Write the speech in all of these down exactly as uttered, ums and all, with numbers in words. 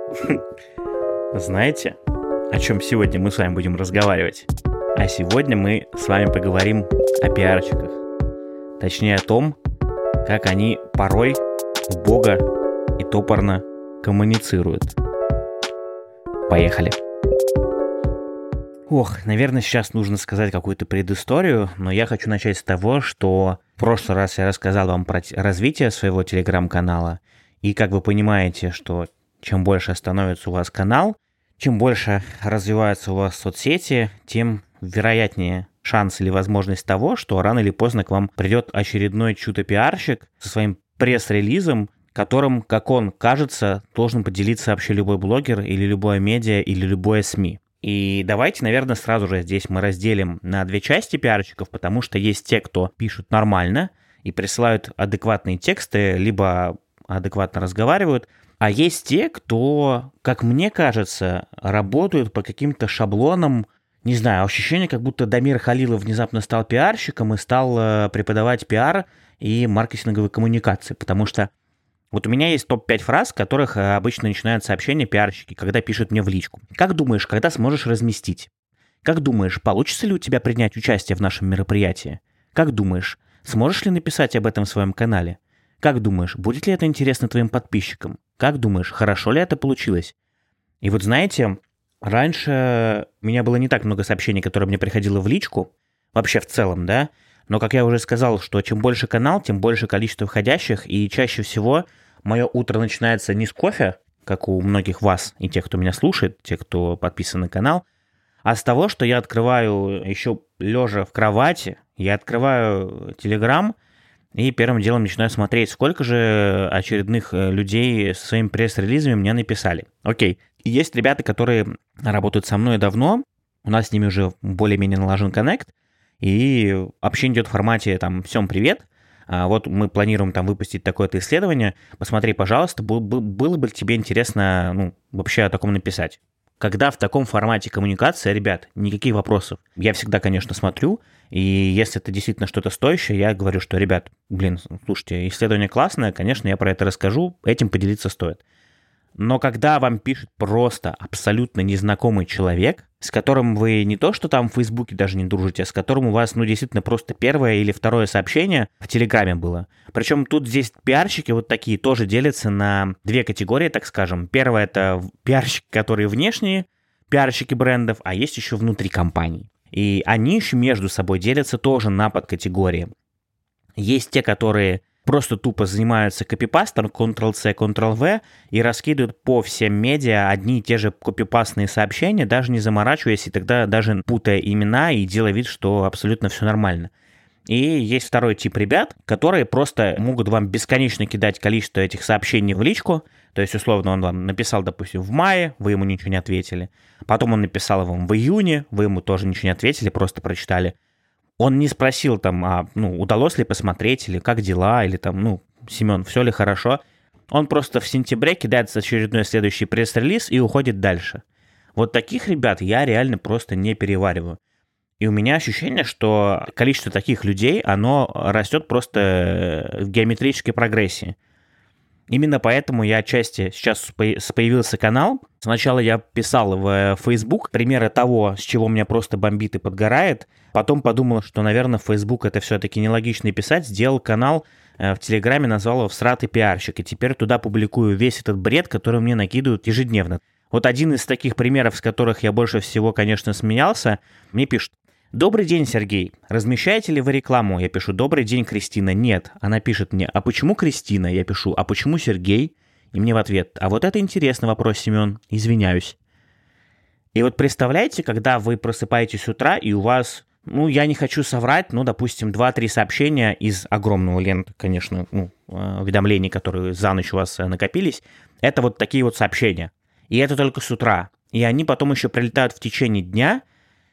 Знаете, о чем сегодня мы с вами будем разговаривать? А сегодня мы с вами поговорим о пиарщиках. Точнее о том, как они порой убого и топорно коммуницируют. Поехали. Ох, наверное, сейчас нужно сказать какую-то предысторию, но я хочу начать с того, что в прошлый раз я рассказал вам про развитие своего телеграм-канала, и как вы понимаете, что чем больше становится у вас канал, чем больше развиваются у вас соцсети, тем вероятнее шанс или возможность того, что рано или поздно к вам придет очередной чудо-пиарщик со своим пресс-релизом, которым, как он кажется, должен поделиться вообще любой блогер или любое медиа или любое СМИ. И давайте, наверное, сразу же здесь мы разделим на две части пиарщиков, потому что есть те, кто пишут нормально и присылают адекватные тексты, либо адекватно разговаривают, а есть те, кто, как мне кажется, работают по каким-то шаблонам. Не знаю, ощущение, как будто Дамир Халилов внезапно стал пиарщиком и стал преподавать пиар и маркетинговые коммуникации, потому что вот у меня есть топ пять фраз, в которых обычно начинают сообщения пиарщики, когда пишут мне в личку. Как думаешь, когда сможешь разместить? Как думаешь, получится ли у тебя принять участие в нашем мероприятии? Как думаешь, сможешь ли написать об этом в своем канале? Как думаешь, будет ли это интересно твоим подписчикам? Как думаешь, хорошо ли это получилось? И вот знаете, раньше у меня было не так много сообщений, которые мне приходило в личку, вообще в целом, да, но, как я уже сказал, что чем больше канал, тем больше количество входящих, и чаще всего мое утро начинается не с кофе, как у многих вас и тех, кто меня слушает, тех, кто подписан на канал, а с того, что я открываю еще лежа в кровати, я открываю Telegram и первым делом начинаю смотреть, сколько же очередных людей со своими пресс-релизами мне написали. Окей, и есть ребята, которые работают со мной давно, у нас с ними уже более-менее налажен коннект, и общение идет в формате там «Всем привет», вот мы планируем там выпустить такое-то исследование, посмотри, пожалуйста, было бы тебе интересно ну, вообще о таком написать. Когда в таком формате коммуникация, ребят, никаких вопросов. Я всегда, конечно, смотрю, и если это действительно что-то стоящее, я говорю, что, ребят, блин, слушайте, исследование классное, конечно, я про это расскажу, этим поделиться стоит. Но когда вам пишет просто абсолютно незнакомый человек, с которым вы не то что там в Фейсбуке даже не дружите, а с которым у вас, ну, действительно просто первое или второе сообщение в Телеграме было. Причем тут здесь пиарщики вот такие тоже делятся на две категории, так скажем. Первое — это пиарщики, которые внешние, пиарщики брендов, а есть еще внутри компаний. И они еще между собой делятся тоже на подкатегории. Есть те, которые просто тупо занимаются копипастом, контрол-C, контрол-V, и раскидывают по всем медиа одни и те же копипастные сообщения, даже не заморачиваясь, и тогда даже путая имена и делая вид, что абсолютно все нормально. И есть второй тип ребят, которые просто могут вам бесконечно кидать количество этих сообщений в личку, то есть, условно, он вам написал, допустим, в мае, вы ему ничего не ответили, потом он написал вам в июне, вы ему тоже ничего не ответили, просто прочитали. Он не спросил там, а, ну, удалось ли посмотреть, или как дела, или там, ну, Семен, все ли хорошо. Он просто в сентябре кидает очередной следующий пресс-релиз и уходит дальше. Вот таких ребят я реально просто не перевариваю. И у меня ощущение, что количество таких людей, оно растет просто в геометрической прогрессии. Именно поэтому я отчасти сейчас появился канал. Сначала я писал в Facebook примеры того, с чего меня просто бомбит и подгорает. Потом подумал, что, наверное, в Facebook это все-таки нелогично писать. Сделал канал в Телеграме, назвал его «Всратый пиарщик». И теперь туда публикую весь этот бред, который мне накидывают ежедневно. Вот один из таких примеров, с которых я больше всего, конечно, смеялся, мне пишут: «Добрый день, Сергей. Размещаете ли вы рекламу?» Я пишу: «Добрый день, Кристина». Нет. Она пишет мне: «А почему Кристина?» Я пишу: «А почему Сергей?» И мне в ответ: «А вот это интересный вопрос, Семен. Извиняюсь». И вот представляете, когда вы просыпаетесь с утра, и у вас, ну, я не хочу соврать, ну, допустим, два-три сообщения из огромного ленты, конечно, ну, уведомлений, которые за ночь у вас накопились, это вот такие вот сообщения. И это только с утра. И они потом еще прилетают в течение дня.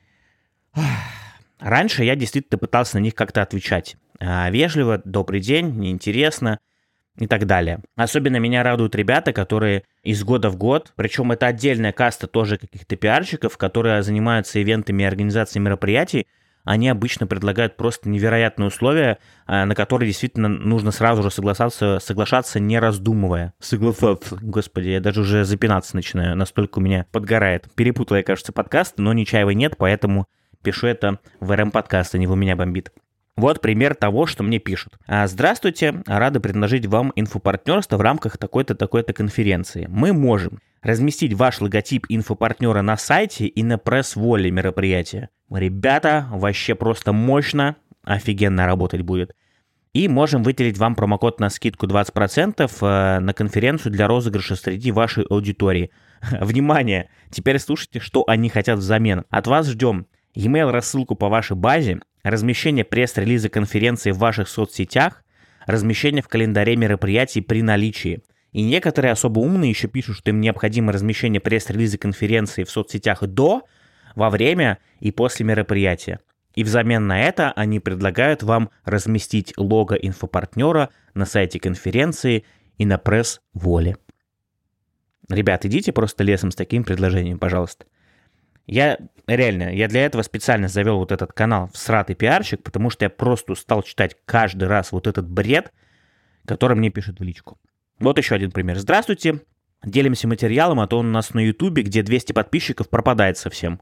Раньше я действительно пытался на них как-то отвечать. Вежливо, добрый день, неинтересно и так далее. Особенно меня радуют ребята, которые из года в год, причем это отдельная каста тоже каких-то пиарщиков, которые занимаются ивентами и организацией мероприятий, они обычно предлагают просто невероятные условия, на которые действительно нужно сразу же соглашаться, соглашаться не раздумывая. Соглашаться. Господи, я даже уже запинаться начинаю, настолько у меня подгорает. Перепутал я, кажется, подкаст, но Нечаевой нет, поэтому пишу это в эр эм-подкаст, а не в меня бомбит. Вот пример того, что мне пишут. Здравствуйте, рады предложить вам инфопартнерство в рамках такой-то, такой-то конференции. Мы можем разместить ваш логотип инфопартнера на сайте и на пресс-воле мероприятия. Ребята, вообще просто мощно, офигенно работать будет. И можем выделить вам промокод на скидку двадцать процентов на конференцию для розыгрыша среди вашей аудитории. Внимание! Теперь слушайте, что они хотят взамен. От вас ждем e-mail рассылку по вашей базе, размещение пресс-релиза конференции в ваших соцсетях, размещение в календаре мероприятий при наличии. И некоторые особо умные еще пишут, что им необходимо размещение пресс-релиза конференции в соцсетях до, во время и после мероприятия. И взамен на это они предлагают вам разместить лого инфопартнера на сайте конференции и на пресс-воле. Ребят, идите просто лесом с таким предложением, пожалуйста. Я реально, я для этого специально завел вот этот канал «Всратый пиарщик», потому что я просто устал читать каждый раз вот этот бред, который мне пишут в личку. Вот еще один пример. Здравствуйте, делимся материалом, а то он у нас на Ютубе, где двести подписчиков, пропадает совсем.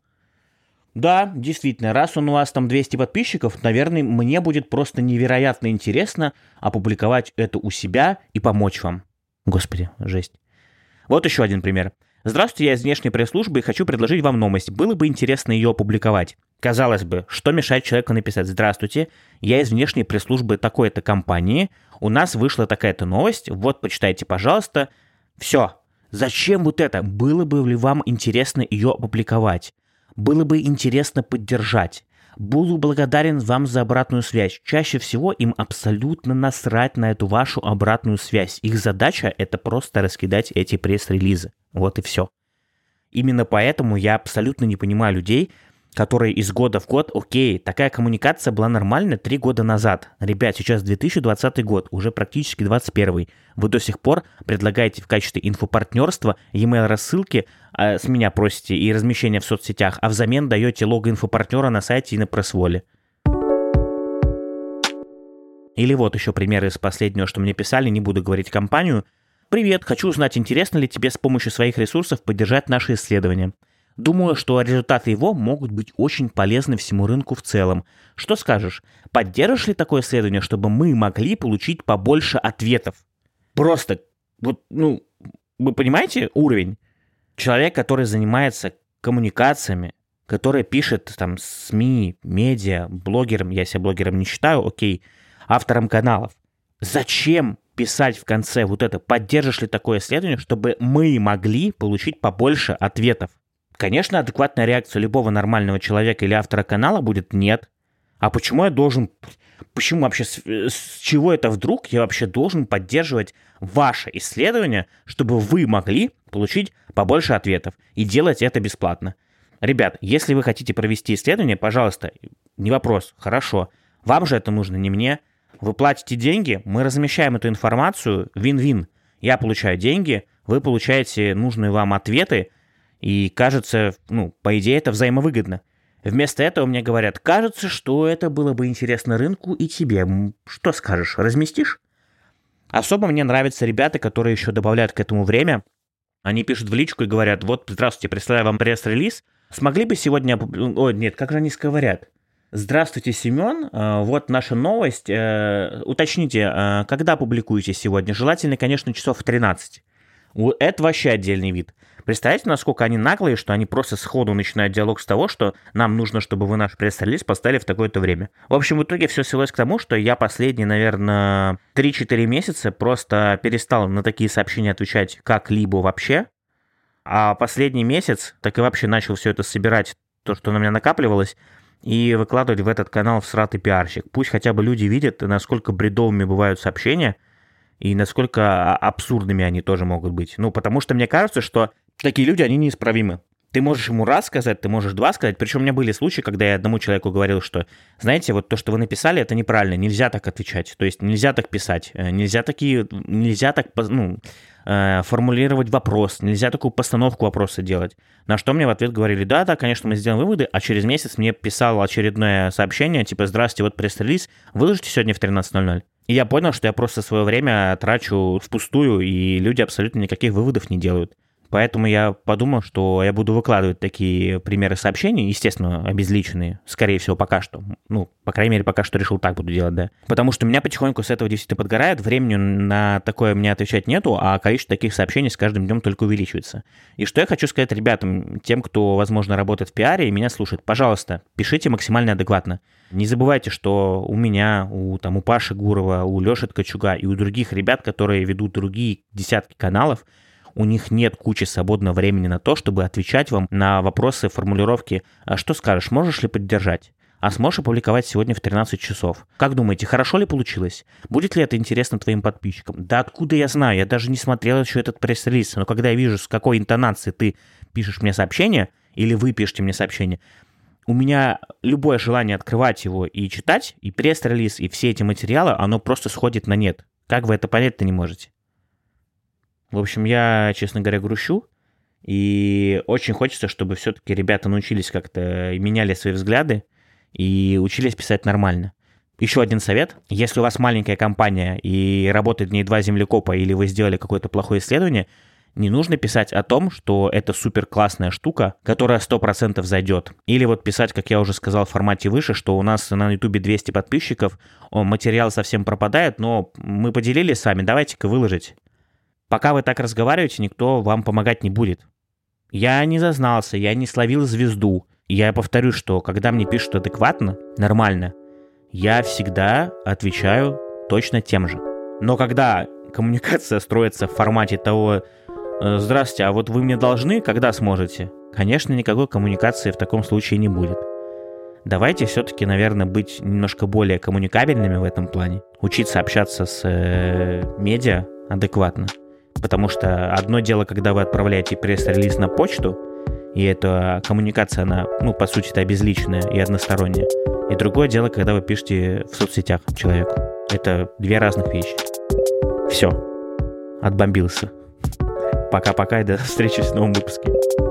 Да, действительно, раз он у вас там двести подписчиков, наверное, мне будет просто невероятно интересно опубликовать это у себя и помочь вам. Господи, жесть. Вот еще один пример. Здравствуйте, я из внешней пресс-службы и хочу предложить вам новость. Было бы интересно ее опубликовать. Казалось бы, что мешает человеку написать: «Здравствуйте, я из внешней пресс-службы такой-то компании, у нас вышла такая-то новость, вот, почитайте, пожалуйста». Все. Зачем вот это? Было бы ли вам интересно ее опубликовать? Было бы интересно поддержать? Буду благодарен вам за обратную связь. Чаще всего им абсолютно насрать на эту вашу обратную связь. Их задача — это просто раскидать эти пресс-релизы. Вот и все. Именно поэтому я абсолютно не понимаю людей, которые из года в год, окей, такая коммуникация была нормальна три года назад. Ребят, сейчас две тысячи двадцатый год, уже практически двадцать первый. Вы до сих пор предлагаете в качестве инфопартнерства e-mail рассылки, а, с меня просите, и размещение в соцсетях, а взамен даете лого инфопартнера на сайте и на пресс-воле. Или вот еще примеры из последнего, что мне писали, не буду говорить компанию. «Привет, хочу узнать, интересно ли тебе с помощью своих ресурсов поддержать наши исследования. Думаю, что результаты его могут быть очень полезны всему рынку в целом. Что скажешь, поддержишь ли такое исследование, чтобы мы могли получить побольше ответов?» Просто, вот, ну, вы понимаете уровень? Человек, который занимается коммуникациями, который пишет там СМИ, медиа, блогером, я себя блогером не считаю, окей, автором каналов. Зачем писать в конце вот это: поддержишь ли такое исследование, чтобы мы могли получить побольше ответов? Конечно, адекватная реакция любого нормального человека или автора канала будет «нет». А почему я должен... Почему вообще... С, с чего это вдруг я вообще должен поддерживать ваше исследование, чтобы вы могли получить побольше ответов и делать это бесплатно? Ребят, если вы хотите провести исследование, пожалуйста, не вопрос, хорошо. Вам же это нужно, не мне. Вы платите деньги, мы размещаем эту информацию, вин-вин. Я получаю деньги, вы получаете нужные вам ответы, и кажется, ну, по идее, это взаимовыгодно. Вместо этого мне говорят: кажется, что это было бы интересно рынку и тебе. Что скажешь, разместишь? Особо мне нравятся ребята, которые еще добавляют к этому время. Они пишут в личку и говорят: вот, здравствуйте, присылаю вам пресс-релиз. Смогли бы сегодня... Ой, нет, как же они говорят? Здравствуйте, Семен, вот наша новость. Уточните, когда публикуете сегодня? Желательно, конечно, часов в тринадцать. Это вообще отдельный вид. Представляете, насколько они наглые, что они просто сходу начинают диалог с того, что нам нужно, чтобы вы наш пресс-релиз поставили в такое-то время. В общем, в итоге все свелось к тому, что я последние, наверное, три-четыре месяца просто перестал на такие сообщения отвечать как-либо вообще. А последний месяц так и вообще начал все это собирать, то, что на меня накапливалось, и выкладывать в этот канал «Всратый пиарщик». Пусть хотя бы люди видят, насколько бредовыми бывают сообщения, и насколько абсурдными они тоже могут быть. Ну, потому что мне кажется, что такие люди, они неисправимы. Ты можешь ему раз сказать, ты можешь два сказать. Причем у меня были случаи, когда я одному человеку говорил, что, знаете, вот то, что вы написали, это неправильно, нельзя так отвечать. То есть нельзя так писать, нельзя такие, нельзя так, ну, формулировать вопрос, нельзя такую постановку вопроса делать. На что мне в ответ говорили, да, да, конечно, мы сделаем выводы, а через месяц мне писало очередное сообщение, типа, здравствуйте, вот пресс-релиз, выложите сегодня в тринадцать ноль ноль. И я понял, что я просто свое время трачу впустую, и люди абсолютно никаких выводов не делают. Поэтому я подумал, что я буду выкладывать такие примеры сообщений, естественно, обезличенные, скорее всего, пока что. Ну, по крайней мере, пока что решил так буду делать, да. Потому что у меня потихоньку с этого действительно подгорает, времени на такое мне отвечать нету, а количество таких сообщений с каждым днем только увеличивается. И что я хочу сказать ребятам, тем, кто, возможно, работает в пиаре и меня слушает, пожалуйста, пишите максимально адекватно. Не забывайте, что у меня, у, там, у Паши Гурова, у Лёши Ткачука и у других ребят, которые ведут другие десятки каналов, у них нет кучи свободного времени на то, чтобы отвечать вам на вопросы формулировки «А что скажешь, можешь ли поддержать? А сможешь опубликовать сегодня в тринадцать часов? Как думаете, хорошо ли получилось? Будет ли это интересно твоим подписчикам? Да откуда я знаю? Я даже не смотрел еще этот пресс-релиз, но когда я вижу, с какой интонацией ты пишешь мне сообщение, или вы пишете мне сообщение, у меня любое желание открывать его и читать, и пресс-релиз, и все эти материалы, оно просто сходит на нет. Как вы это понять-то не можете? В общем, я, честно говоря, грущу, и очень хочется, чтобы все-таки ребята научились как-то, меняли свои взгляды и учились писать нормально. Еще один совет. Если у вас маленькая компания и работает в ней два землекопа, или вы сделали какое-то плохое исследование, не нужно писать о том, что это супер классная штука, которая сто процентов зайдет. Или вот писать, как я уже сказал в формате выше, что у нас на ютубе двести подписчиков, материал совсем пропадает, но мы поделились с вами, давайте-ка выложить. Пока вы так разговариваете, никто вам помогать не будет. Я не зазнался, я не словил звезду. Я повторю, что когда мне пишут адекватно, нормально, я всегда отвечаю точно тем же. Но когда коммуникация строится в формате того «Здравствуйте, а вот вы мне должны, когда сможете?» Конечно, никакой коммуникации в таком случае не будет. Давайте все-таки, наверное, быть немножко более коммуникабельными в этом плане. Учиться общаться с э, медиа адекватно. Потому что одно дело, когда вы отправляете пресс-релиз на почту, и эта коммуникация, она, ну, по сути, это обезличенная и односторонняя. И другое дело, когда вы пишете в соцсетях человеку. Это две разных вещи. Все. Отбомбился. Пока-пока и до встречи в новом выпуске.